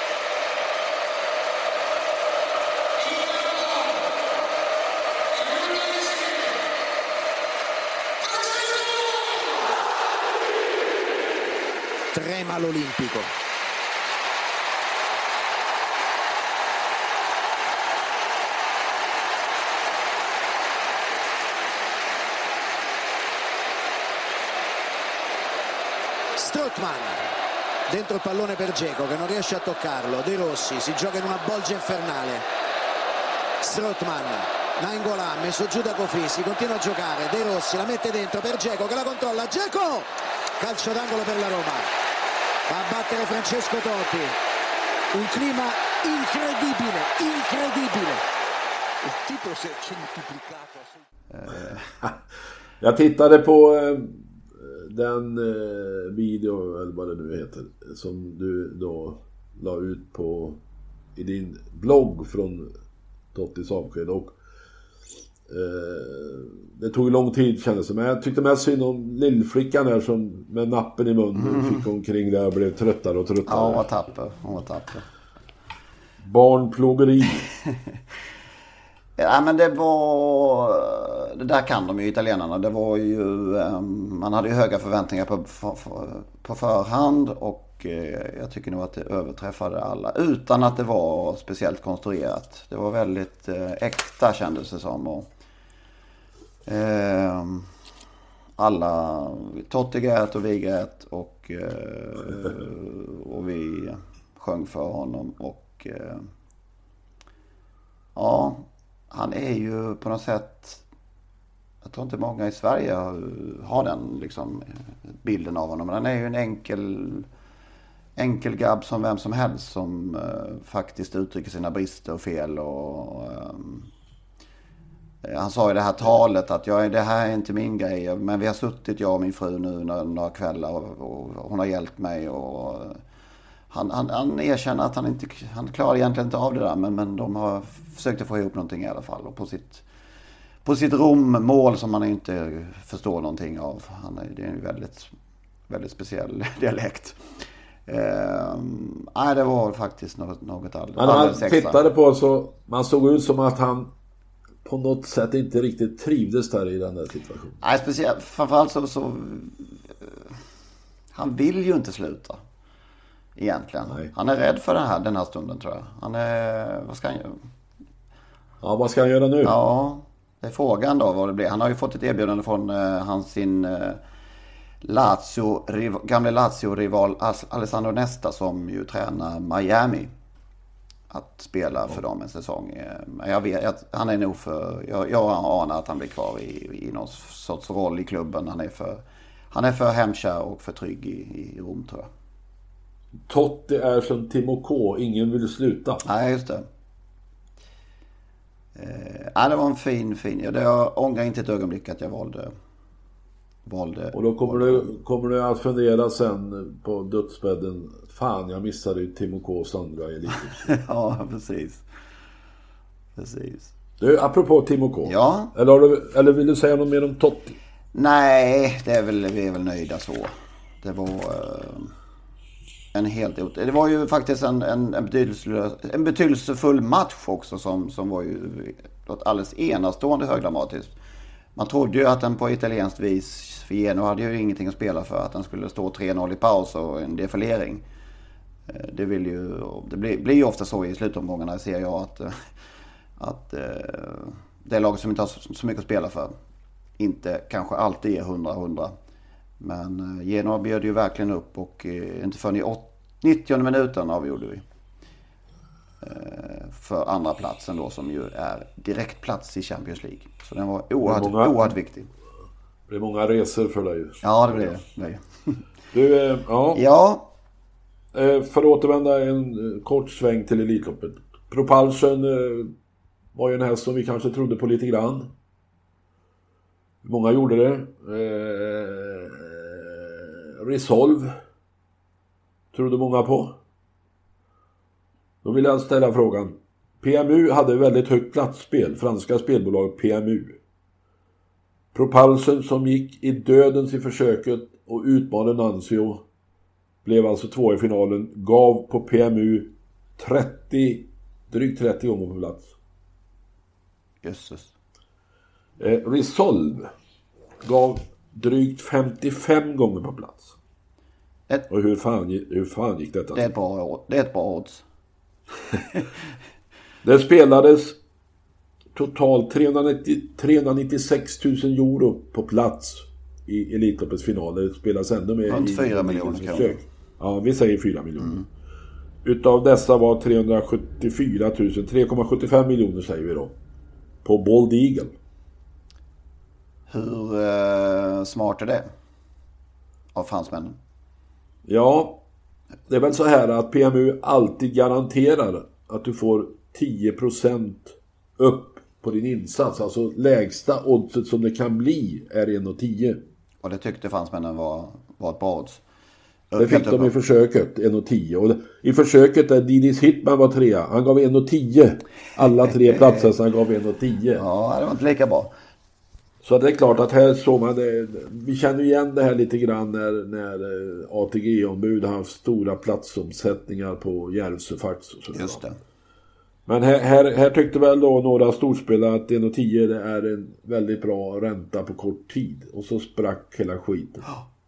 Trema l'Olimpico. Strootman, dentro il pallone per Dzeko che non riesce a toccarlo. De Rossi si gioca in una bolgia infernale. Strootman, Nainggolan messo giù da Kofi, si continua a giocare. De Rossi la mette dentro per Dzeko che la controlla. Dzeko, calcio d'angolo per la Roma. Va a battere Francesco Totti. Un clima incredibile, incredibile. Il tipo si è centuplicato. Jag tittade på eh, den eh, video, eller vad det nu heter, som du då la ut på i din blogg från Tottis avsked, och eh, det tog lång tid kändes det, men jag tyckte mest synd om lillflickan här som med nappen i munnen mm. fick omkring där och blev tröttare och tröttare. Ja, hon var tapper, hon var tapper. Barnplågeri. Ja, men det var, det där kan de ju, italienarna. Det var ju, man hade ju höga förväntningar på, på förhand, och jag tycker nog att det överträffade alla utan att det var speciellt konstruerat. Det var väldigt äkta, kändes det som. Och, eh, alla, Totti grät och vi grät, och, eh, och vi sjöng för honom, och eh, ja, han är ju på något sätt, jag tror inte många i Sverige har den liksom bilden av honom, men han är ju en enkel enkel grabb som vem som helst som uh, faktiskt uttrycker sina brister och fel, och um, han sa i det här talet att jag, det här är inte min grej, men vi har suttit, jag och min fru nu några, några kvällar, och, och hon har hjälpt mig, och uh, Han, han, han erkänner att han inte han klarar egentligen inte av det där, men, men de har försökt att få ihop någonting i alla fall, och på sitt, på sitt rommål som man inte förstår någonting av. Han är, det är en väldigt, väldigt speciell dialekt. Eh, nej, det var faktiskt något, något alldeles, men alldeles man extra. Tittade på så man såg ut som att han på något sätt inte riktigt trivdes där i den där situationen. Nej, speciellt, framförallt så, så han vill ju inte sluta. Egentligen. Nej. Han är rädd för den här, den här stunden, tror jag. Han är, vad ska han göra? Ja, vad ska han göra nu? Ja, det är frågan då vad det blir. Han har ju fått ett erbjudande från uh, hans sin uh, Lazio, riv, gamle Lazio-rival Alessandro Nesta, som ju tränar Miami, att spela ja. för dem en säsong. Men jag vet att han är nog för, jag, jag anar att han blir kvar i, i någon sorts roll i klubben. Han är för, han är för hemkär och för trygg i, i Rom, tror jag. Totti är som Timo K. Ingen vill sluta. Nej, just det. Eh, ja, det var en fin, fin. Ja, det jag ångrar inte ett ögonblick att jag valde. valde och då kommer, valde. Du, kommer du att fundera sen på dödsbädden. Fan, jag missade ju Timo K's andra elitlopp. Ja, precis. Precis. Du, apropå Timo K. Ja. Eller, har du, eller vill du säga något mer om Totti? Nej, det är väl, vi är väl nöjda så. Det var... Eh... En helt ut. Det var ju faktiskt en, en, en, en betydelsefull match också, som, som var ju alldeles enastående högdramatiskt. Man trodde ju att den på italienskt vis, för Genoa hade ju ingenting att spela för, att den skulle stå tre noll i paus och en defilering. Det vill ju, det blir, blir ju ofta så i slutomgångarna, ser jag, att, att det lag som inte har så, så mycket att spela för inte kanske alltid är hundra hundra. Men Genoa bjöd ju verkligen upp, och inte förrän i nittionde minuten avgjorde vi. För andra platsen då, som ju är direktplats i Champions League. Så den var oerhört, många, oerhört viktig. Det blir många resor för dig. Ja, det blir det. Nej. Du, eh, ja. ja. Eh, för att återvända en kort sväng till Elitloppet. Propulsion eh, var ju en häst som vi kanske trodde på lite grann. Många gjorde det. Eh, Resolve trodde många på. Då vill jag ställa frågan. P M U hade väldigt högt platsspel. Franska spelbolag P M U. Propulsion, som gick i dödens i försöket och utmanade Nancio, blev alltså två i finalen. Gav på P M U trettio, drygt trettio gånger på plats. Jösses. Eh, Resolve gav drygt femtiofem gånger på plats. Ett, och hur fan, hur fan gick detta? Det är ett bra, det är ett bra odds. Det spelades totalt trehundranittiosex tusen euro på plats i Elitloppets final. Det spelas ändå med runt fyra miljoner kronor. Ja, vi säger fyra miljoner. Mm. Utav dessa var trehundrasjuttiofyra tusen, tre komma sjuttiofem miljoner säger vi då, på Bold Eagle. Hur eh, smart är det av fransmännen? Ja, det är väl så här att P M U alltid garanterar att du får tio procent upp på din insats. Alltså lägsta oddset som det kan bli är en komma tio. Och det tyckte fransmännen var, var ett bra odds. Det fick de i försöket, en komma tio. Och i försöket där Didis Hitman var trea, han gav en komma tio. Alla tre platser så han gav en komma tio. Ja, det var inte lika bra. Så det är klart att här såg man det. Vi känner igen det här lite grann när, när A T G-ombud har haft stora platsomsättningar på Järvsöfax och sådär. Just det. Men här, här, här tyckte väl då några storspelare att en komma tio det är en väldigt bra ränta på kort tid. Och så sprack hela skiten.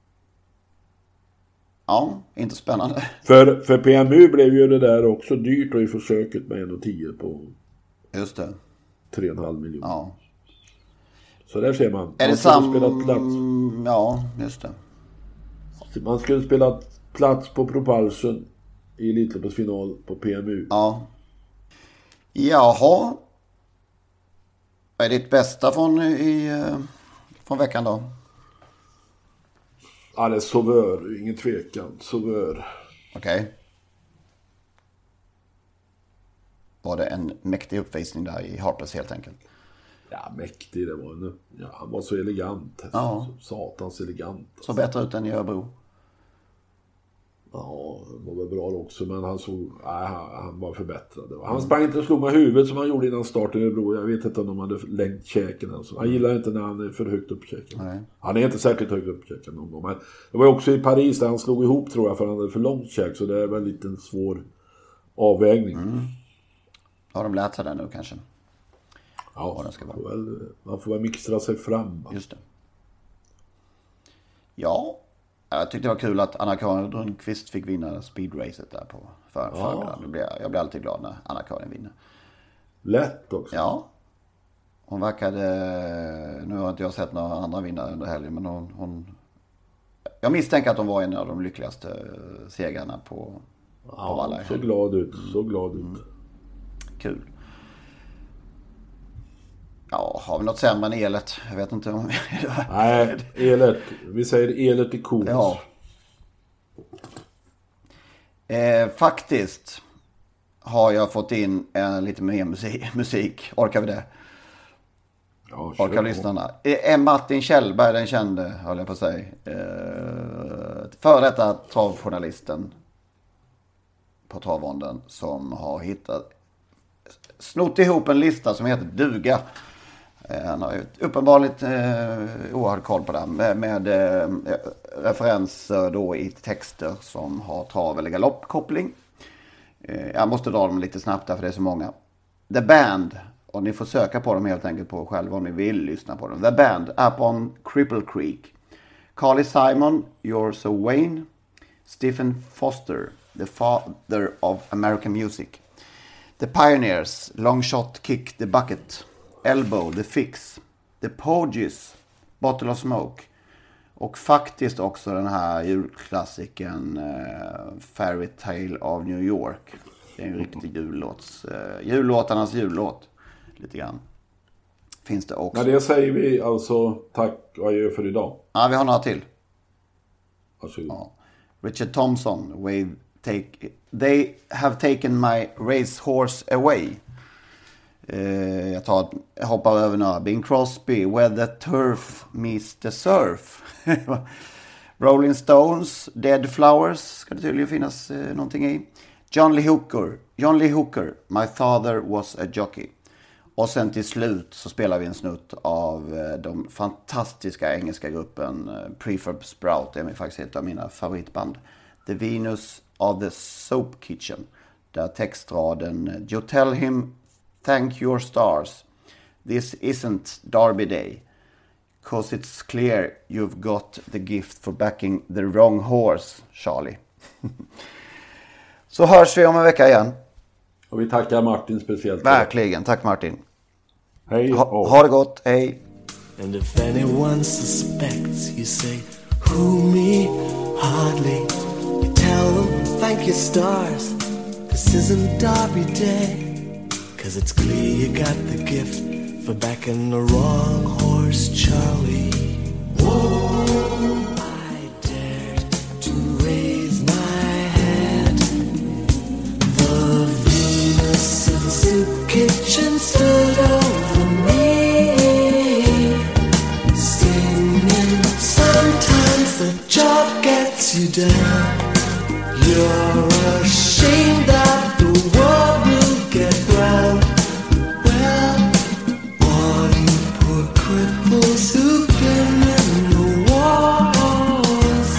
Ja, inte spännande. För, för P M U blev ju det där också dyrt och i försöket med en komma tio på just det. tre komma fem miljoner. Ja. Så där ser man. Är man det sam... spela plats. Ja, just det. Man skulle spela plats på Propulsion i Elitloppets final på P M U. Ja. Jaha. Vad är ditt bästa från, i, från veckan då? Ja, det är Sauveur, ingen tvekan. Sauveur. Okej. Okay. Var det en mäktig uppvisning där i Harpers helt enkelt? Ja, mäktig det var en, ja, han var så elegant. Ja. Så, satans elegant. Så bättre ut än i Örebro. Ja, det var väl bra också, men han såg, nej, han, han var förbättrad. Han sprang inte och slog med huvudet som han gjorde innan starten i Örebro. Jag vet inte om de hade längt käken. Alltså. Han gillar inte när han är för högt upp käken. Nej. Han är inte särskilt högt upp käken någon gång. Men det var också i Paris där han slog ihop, tror jag, för han hade för långt käk. Så det är väl lite en svår avvägning. Mm. Har de lärt sig det nu kanske? Ja, den ska vara. Får väl, man får väl mixtra sig fram. Va? Just det. Ja, jag tyckte det var kul att Anna-Karin Rundqvist fick vinna speedracet där på för, ja. förmiddagen. Jag blir, jag blir alltid glad när Anna-Karin vinner. Lätt också. Ja. Hon verkade, nu har inte jag sett några andra vinnare under helgen, men hon, hon jag misstänker att hon var en av de lyckligaste segrarna på, ja, på Valla. Så glad ut, så glad ut. Mm. Kul. Ja, har vi något sämre än elet? Jag vet inte om... Nej, elet. Vi säger elet är coolt. Ja. Eh, faktiskt har jag fått in en lite mer musik. musik. Orkar vi det? Ja, Orkar lyssnarna. Eh, Martin Kjellberg, den kände, höll jag på att säga. Eh, för detta travjournalisten på Travronden som har hittat snott ihop en lista som heter Duga. Han har ju uppenbarligen eh, oerhört koll på det med, med eh, referenser då i texter som har trav- eller galoppkoppling. Eh, jag måste dra dem lite snabbt där för det är så många. The Band, och ni får söka på dem helt enkelt på själva om ni vill lyssna på dem. The Band, Up on Cripple Creek. Carly Simon, You're So Wayne. Stephen Foster, The Father of American Music. The Pioneers, Long Shot Kick the Bucket. Elbow, The Fix. The Pogies, Bottle of Smoke. Och faktiskt också den här julklassiken uh, Fairy Tale of New York. Det är en riktig jullåts, uh, jullåtarnas jullåt. Lite grann. Finns det också. Men det säger vi alltså tack och adjö för idag. Ja, vi har några till. Varsågod. Ja. Richard Thompson, Wave take, They have taken my racehorse away. Uh, jag, tar, jag hoppar över några. Bing Crosby, Where the Turf Meets the Surf. Rolling Stones, Dead Flowers ska det tydligen finnas uh, någonting i. John Lee Hooker, John Lee Hooker, My Father Was a Jockey. Och sen till slut så spelar vi en snutt av uh, de fantastiska engelska gruppen uh, Prefab Sprout. Det är faktiskt ett av mina favoritband. The Venus of the Soap Kitchen. Där textraden You tell him thank your stars. This isn't Derby Day. Cause it's clear you've got the gift for backing the wrong horse, Charlie. Så hörs vi om en vecka igen. Och vi tackar Martin speciellt. Verkligen, tack Martin. Hej. Ha, ha det gott, hej. And if anyone suspects, you say, who me? Hardly. You tell them, thank your stars. This isn't Derby Day. Cause it's clear you got the gift for backing the wrong horse, Charlie. Whoa, I dared to raise my hand. The Venus of the soup kitchen stood over me. down. You're ashamed that the world will get round. Well, all you poor cripples who've been in the wars.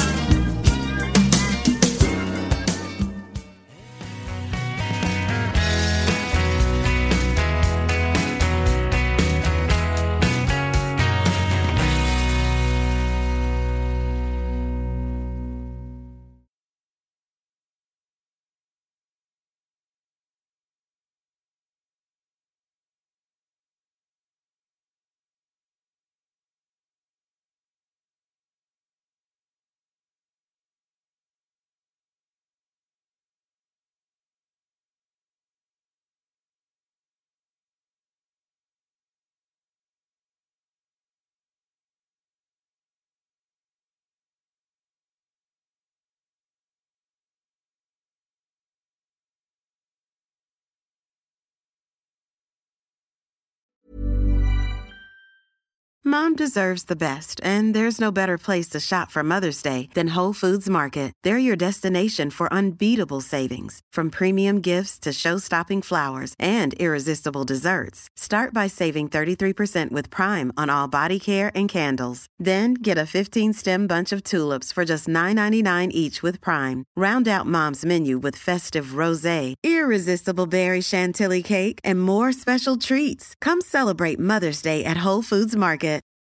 Mom deserves the best, and there's no better place to shop for Mother's Day than Whole Foods Market. They're your destination for unbeatable savings, from premium gifts to show-stopping flowers and irresistible desserts. Start by saving thirty-three percent with Prime on all body care and candles. Then get a fifteen-stem bunch of tulips for just nine ninety-nine each with Prime. Round out Mom's menu with festive rosé, irresistible berry chantilly cake, and more special treats. Come celebrate Mother's Day at Whole Foods Market.